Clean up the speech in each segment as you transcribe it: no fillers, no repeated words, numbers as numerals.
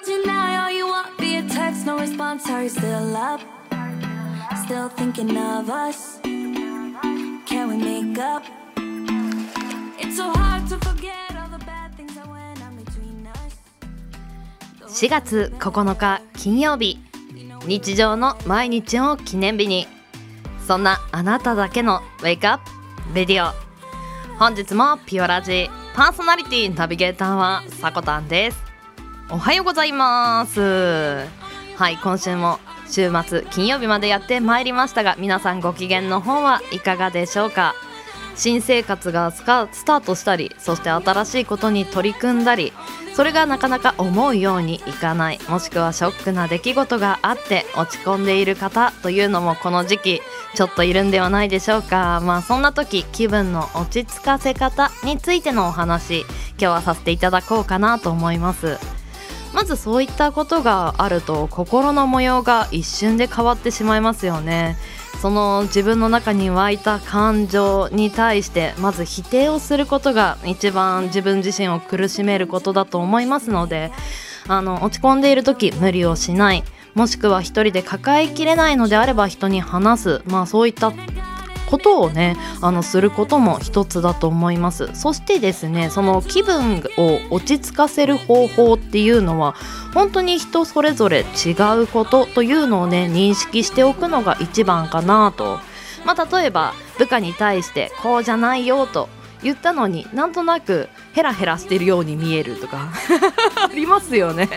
Tonight all you want via text, no response, are you still up? Still thinking of us? Can we make up? It's so hard to forget all the bad things that went on between us. 4月9日金曜日、日常の毎日を記念日に、そんなあなただけのウェイクアップレディオ。本日もピオラジパーソナリティナビゲーターはさこたんです。おはようございます。はい、今週も週末金曜日までやってまいりましたが、皆さんご機嫌の方はいかがでしょうか。新生活がスタートしたり、そして新しいことに取り組んだり、それがなかなか思うようにいかない、もしくはショックな出来事があって落ち込んでいる方というのもこの時期ちょっといるんではないでしょうか。そんな時、気分の落ち着かせ方についてのお話、今日はさせていただこうかなと思います。まずそういったことがあると、心の模様が一瞬で変わってしまいますよね。その自分の中に湧いた感情に対してまず否定をすることが一番自分自身を苦しめることだと思いますので、落ち込んでいる時無理をしない、もしくは一人で抱えきれないのであれば人に話す、そういったことをねすることも一つだと思います。そしてですね、その気分を落ち着かせる方法っていうのは本当に人それぞれ違うことというのをね認識しておくのが一番かなと。例えば部下に対してこうじゃないよと言ったのに、なんとなくヘラヘラしてるように見えるとかありますよね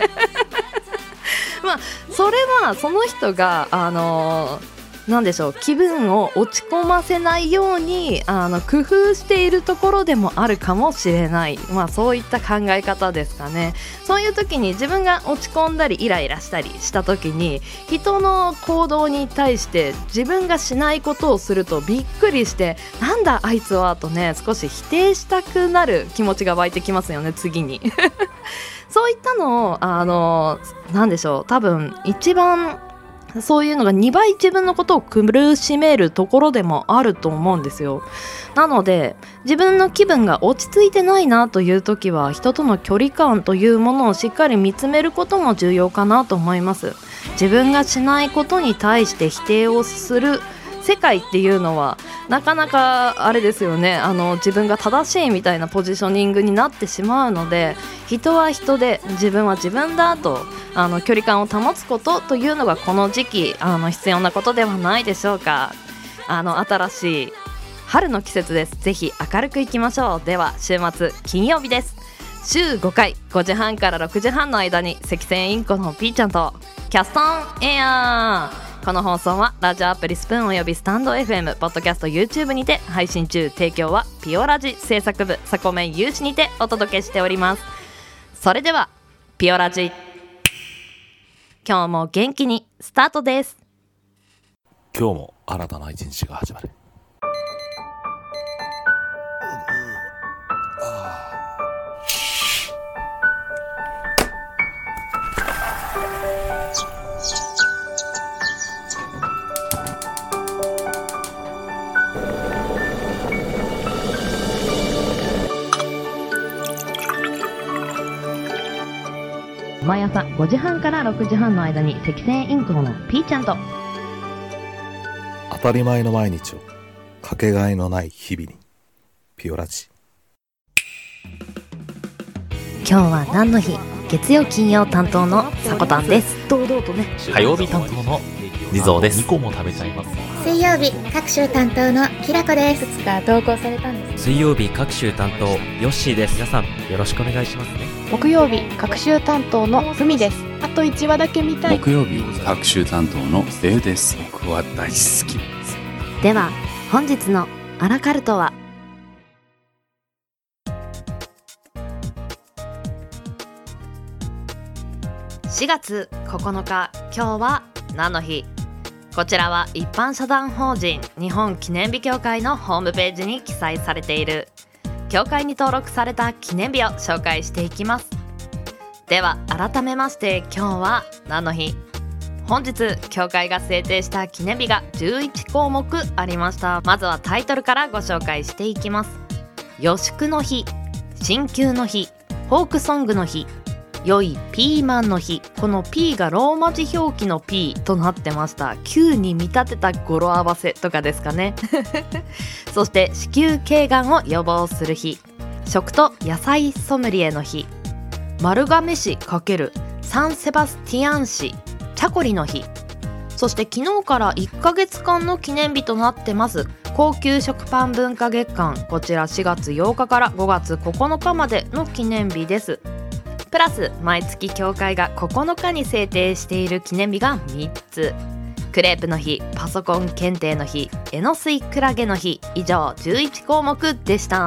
それはその人がなんでしょう、気分を落ち込ませないように工夫しているところでもあるかもしれない、そういった考え方ですかね。そういう時に自分が落ち込んだりイライラしたりした時に、人の行動に対して自分がしないことをするとびっくりして、なんだあいつはとね、少し否定したくなる気持ちが湧いてきますよね、次にそういったのをなんでしょう、多分一番そういうのが2倍自分のことを苦しめるところでもあると思うんですよ。なので自分の気分が落ち着いてないなという時は、人との距離感というものをしっかり見つめることも重要かなと思います。自分がしないことに対して否定をする世界っていうのはなかなかあれですよね、自分が正しいみたいなポジショニングになってしまうので、人は人で自分は自分だと距離感を保つことというのがこの時期必要なことではないでしょうか。新しい春の季節です。ぜひ明るくいきましょう。では週末金曜日です。週5回5時半から6時半の間に赤線インコのピーちゃんとキャストンエアー。この放送はラジオアプリスプーンおよびスタンド FM、 ポッドキャスト YouTube にて配信中。提供はピオラジ制作部サコメン有志にてお届けしております。それではピオラジ、今日も元気にスタートです。 今日も新たな一日が始まる。 毎朝5時半から6時半の間に赤線インコのピーちゃんと当たり前の毎日をかけがえのない日々に。ピオラジ。 今日は何の日？月曜金曜担当のさこたんです。堂々とね。 火曜日担当の地蔵です。2個も食べちゃいます。 水曜日各週担当のきらこです。 2日投稿されたんです。 水曜日各週担当ヨッシーです。皆さんよろしくお願いしますね。 木曜日各週担当のふみです。あと1話だけ見たい。 木曜日各週担当のレウです。僕は大好きです。 では本日のアラカルトは、4月9日、今日は何の日？こちらは一般社団法人日本記念日協会のホームページに記載されている協会に登録された記念日を紹介していきます。では改めまして今日は何の日？本日協会が制定した記念日が11項目ありました。まずはタイトルからご紹介していきます。予祝の日、進級の日、フォークソングの日、 良いピーマンの日。この P がローマ字表記の P となってました。Q に見立てた語呂合わせとかですかねそして子宮頸がんを予防する日、食と野菜ソムリエの日、丸亀市×サンセバスティアン市チャコリの日、そして昨日から1ヶ月間の記念日となってます高級食パン文化月間。こちら4月8日から5月9日までの記念日です。プラス毎月協会が9日に制定している記念日が3つ。クレープの日、パソコン検定の日、エノスイクラゲの日。以上11項目でした。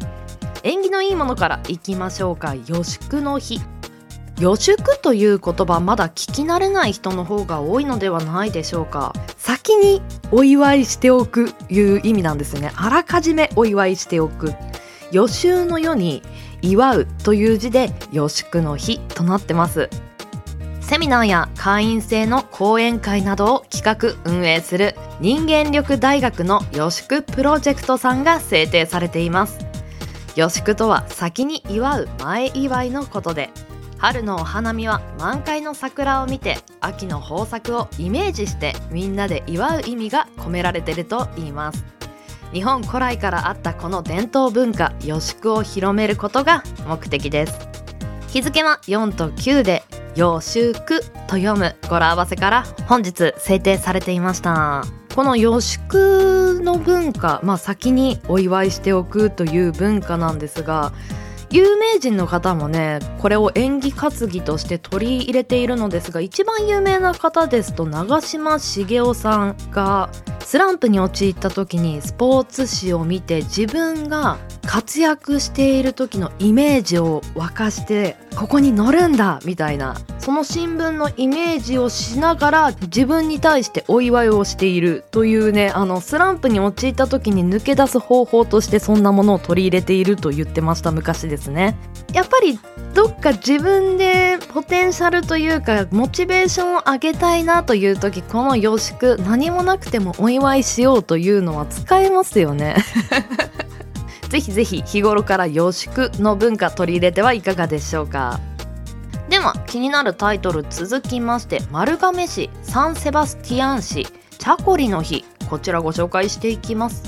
縁起のいいものからいきましょうか。予祝の日。予祝という言葉、まだ聞き慣れない人の方が多いのではないでしょうか。先にお祝いしておくいう意味なんですよね。あらかじめお祝いしておく。予習の世に祝うという字で予祝の日となってます。セミナーや会員制の講演会などを企画運営する人間力大学の予祝プロジェクトさんが制定されています。予祝とは先に祝う前祝いのことで、春のお花見は満開の桜を見て秋の豊作をイメージしてみんなで祝う意味が込められていると言います。日本古来からあったこの伝統文化予祝を広めることが目的です。日付は4と9で予祝と読む語呂合わせから本日制定されていました。この予祝の文化、先にお祝いしておくという文化なんですが、有名人の方もねこれを演技担ぎとして取り入れているのですが、一番有名な方ですと長嶋茂雄さんがスランプに陥った時にスポーツ紙を見て自分が活躍している時のイメージを沸かしてここに乗るんだみたいな、その新聞のイメージをしながら自分に対してお祝いをしているというね、スランプに陥った時に抜け出す方法としてそんなものを取り入れていると言ってました。昔ですね。やっぱりどっか自分でポテンシャルというかモチベーションを上げたいなという時、この予祝、何もなくてもお祝いしようというのは使えますよねぜひぜひ日頃から予祝の文化取り入れてはいかがでしょうか。では気になるタイトル続きまして、丸亀市サンセバスティアン市チャコリの日、こちらご紹介していきます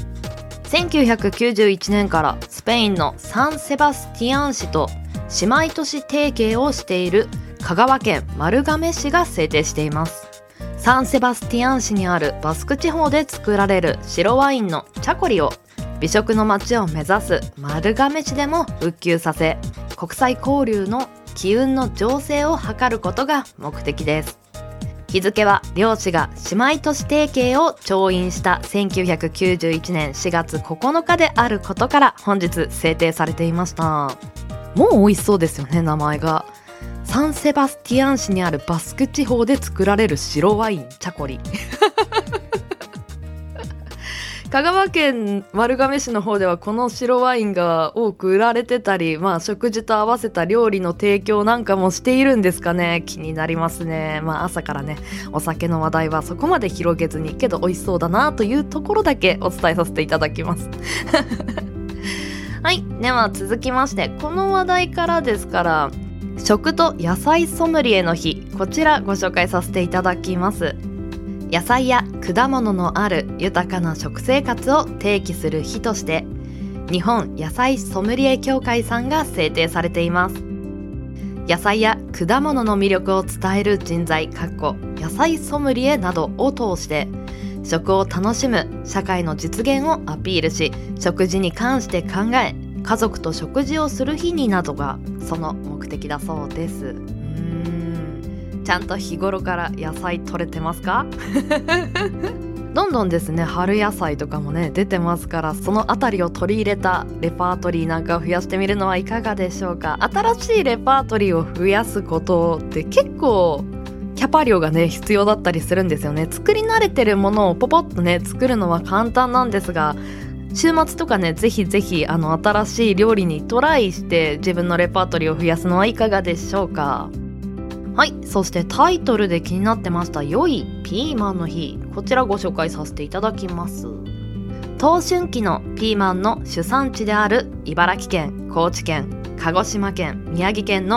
。1991年からスペインのサンセバスティアン市と姉妹都市提携をしている香川県丸亀市が制定しています。サンセバスティアン市にあるバスク地方で作られる白ワインのチャコリを美食の街を目指す丸亀市でも普及させ、国際交流の機運の醸成を図ることが目的です。日付は両市が姉妹都市提携を調印した1991年4月9日であることから本日制定されていました。もう美味しそうですよね、名前が。サンセバスティアン市にあるバスク地方で作られる白ワインチャコリ香川県丸亀市の方ではこの白ワインが多く売られてたり、食事と合わせた料理の提供なんかもしているんですかね。気になりますね。朝からねお酒の話題はそこまで広げずに、けど美味しそうだなというところだけお伝えさせていただきますはい、では続きまして、この話題からですから、食と野菜ソムリエの日、こちらご紹介させていただきます。野菜や果物のある豊かな食生活を提起する日として日本野菜ソムリエ協会さんが制定されています。野菜や果物の魅力を伝える人材野菜ソムリエなどを通して食を楽しむ社会の実現をアピールし、食事に関して考え家族と食事をする日になどがその目的だそうです。ちゃんと日頃から野菜取れてますかどんどんですね、春野菜とかもね出てますから、そのあたりを取り入れたレパートリーなんかを増やしてみるのはいかがでしょうか。新しいレパートリーを増やすことって結構キャパ量がね必要だったりするんですよね。作り慣れてるものをポポッとね作るのは簡単なんですが、週末とかねぜひぜひ新しい料理にトライして自分のレパートリーを増やすのはいかがでしょうか。はい、そしてタイトルで気になってました良いピーマンの日、こちらご紹介させていただきます。冬春期のピーマンの主産地である茨城県、高知県、鹿児島県、宮城県の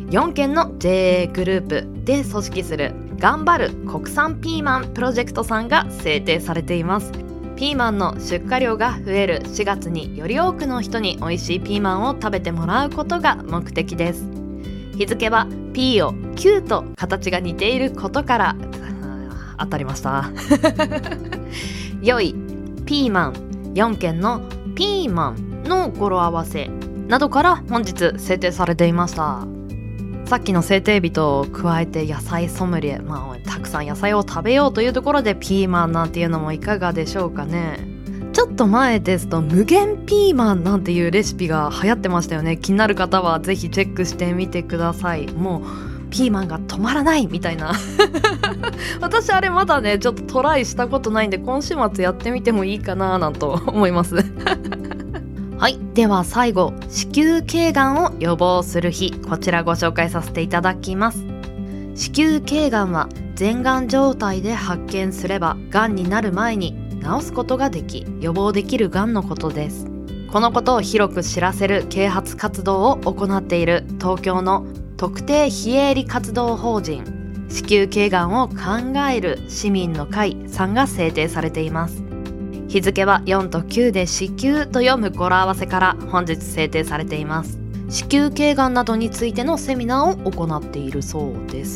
4件の JA グループで組織する頑張る国産ピーマンプロジェクトさんが制定されています。ピーマンの出荷量が増える4月により多くの人に美味しいピーマンを食べてもらうことが目的です。日付は P を9と形が似ていることから当たりました良いピーマン4件のピーマンの語呂合わせなどから本日制定されていました。さっきの制定日と加えて野菜ソムリエ、たくさん野菜を食べようというところでピーマンなんていうのもいかがでしょうかね。ちょっと前ですと無限ピーマンなんていうレシピが流行ってましたよね。気になる方はぜひチェックしてみてください。もうピーマンが止まらないみたいな私あれまだねちょっとトライしたことないんで今週末やってみてもいいかななんと思いますはい、では最後、子宮頸がんを予防する日、こちらご紹介させていただきます。子宮頸がんは前がん状態で発見すればがんになる前に治すことができ予防できるがんのことです。このことを広く知らせる啓発活動を行っている東京の特定非営利活動法人子宮頸がんを考える市民の会さんが制定されています。日付は4と9で子宮と読む語呂合わせから本日制定されています。子宮頸がんなどについてのセミナーを行っているそうです。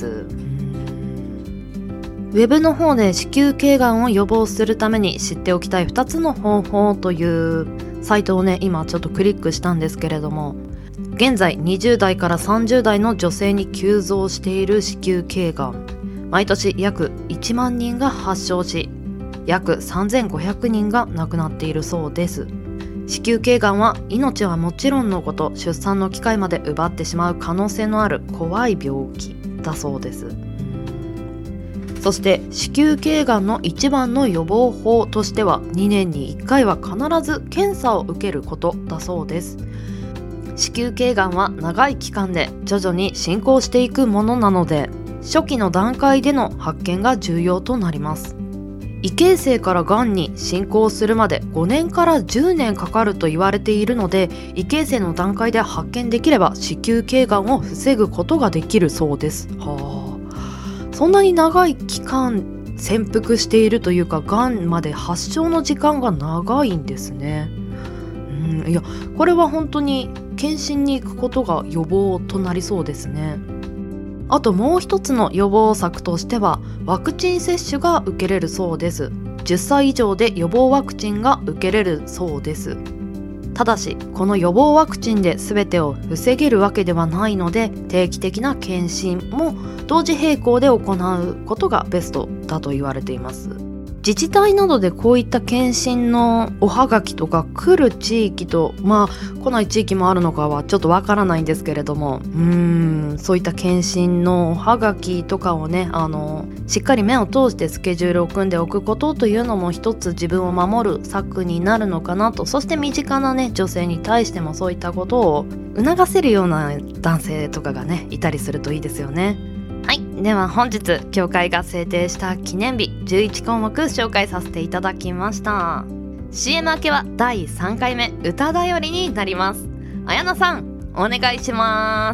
ウェブの方で子宮頸がんを予防するために知っておきたい2つの方法というサイトをね今ちょっとクリックしたんですけれども、現在20代から30代の女性に急増している子宮頸がん、毎年約1万人が発症し約3500人が亡くなっているそうです。子宮頸がんは命はもちろんのこと出産の機会まで奪ってしまう可能性のある怖い病気だそうです。そして子宮頸がんの一番の予防法としては2年に1回は必ず検査を受けることだそうです。子宮頸がんは長い期間で徐々に進行していくものなので初期の段階での発見が重要となります。異形成からがんに進行するまで5年から10年かかると言われているので、異形成の段階で発見できれば子宮頸がんを防ぐことができるそうです。そんなに長い期間潜伏しているというか、がんまで発症の時間が長いんですね。いやこれは本当に検診に行くことが予防となりそうですね。あともう一つの予防策としてはワクチン接種が受けれるそうです。10歳以上で予防ワクチンが受けれるそうです。ただしこの予防ワクチンで全てを防げるわけではないので、定期的な検診も同時並行で行うことがベストだと言われています。自治体などでこういった検診のおはがきとか来る地域と来ない地域もあるのかはちょっとわからないんですけれども、そういった検診のおはがきとかをねしっかり目を通してスケジュールを組んでおくことというのも一つ自分を守る策になるのかなと。そして身近なね女性に対してもそういったことを促せるような男性とかがねいたりするといいですよね。はい、では本日協会が制定した記念日11項目紹介させていただきました。 CM 明けは第3回目歌だよりになります。綾菜さんお願いします。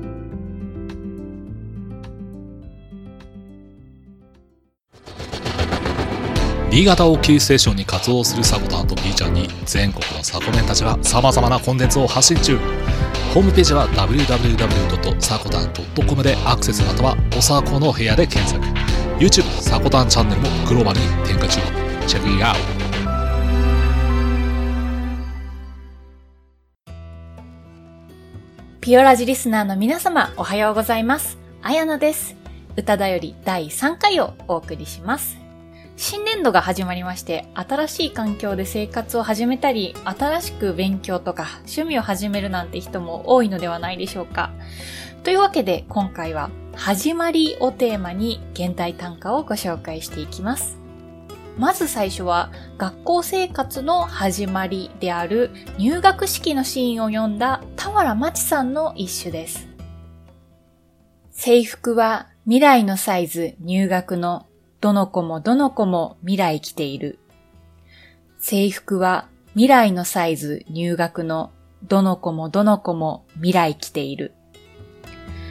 新潟をキーステーションに活動するサコタンと B ちゃんに全国のサコメンたちが様々なコンテンツを発信中。ホームページは www.sakotan.com でアクセス、またはおさこの部屋で検索。 YouTube サコタンチャンネルもグローバルに展開中。チェックイットアウト。 ピオラジリスナーの皆様おはようございます。綾菜です。歌だより第3回をお送りします。新年度が始まりまして、新しい環境で生活を始めたり、新しく勉強とか趣味を始めるなんて人も多いのではないでしょうか。というわけで今回は始まりをテーマに現代短歌をご紹介していきます。まず最初は学校生活の始まりである入学式のシーンを読んだ俵万智さんの一首です。制服は未来のサイズ入学のどの子もどの子も未来来ている。制服は未来のサイズ入学のどの子もどの子も未来来ている。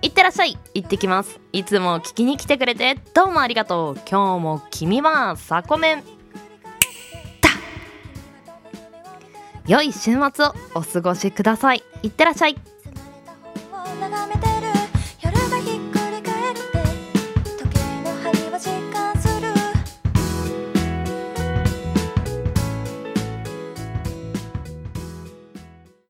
いってらっしゃい。行ってきます。いつも聞きに来てくれてどうもありがとう。今日も君はサコメンだ。良い週末をお過ごしください。いってらっしゃい。 眺めて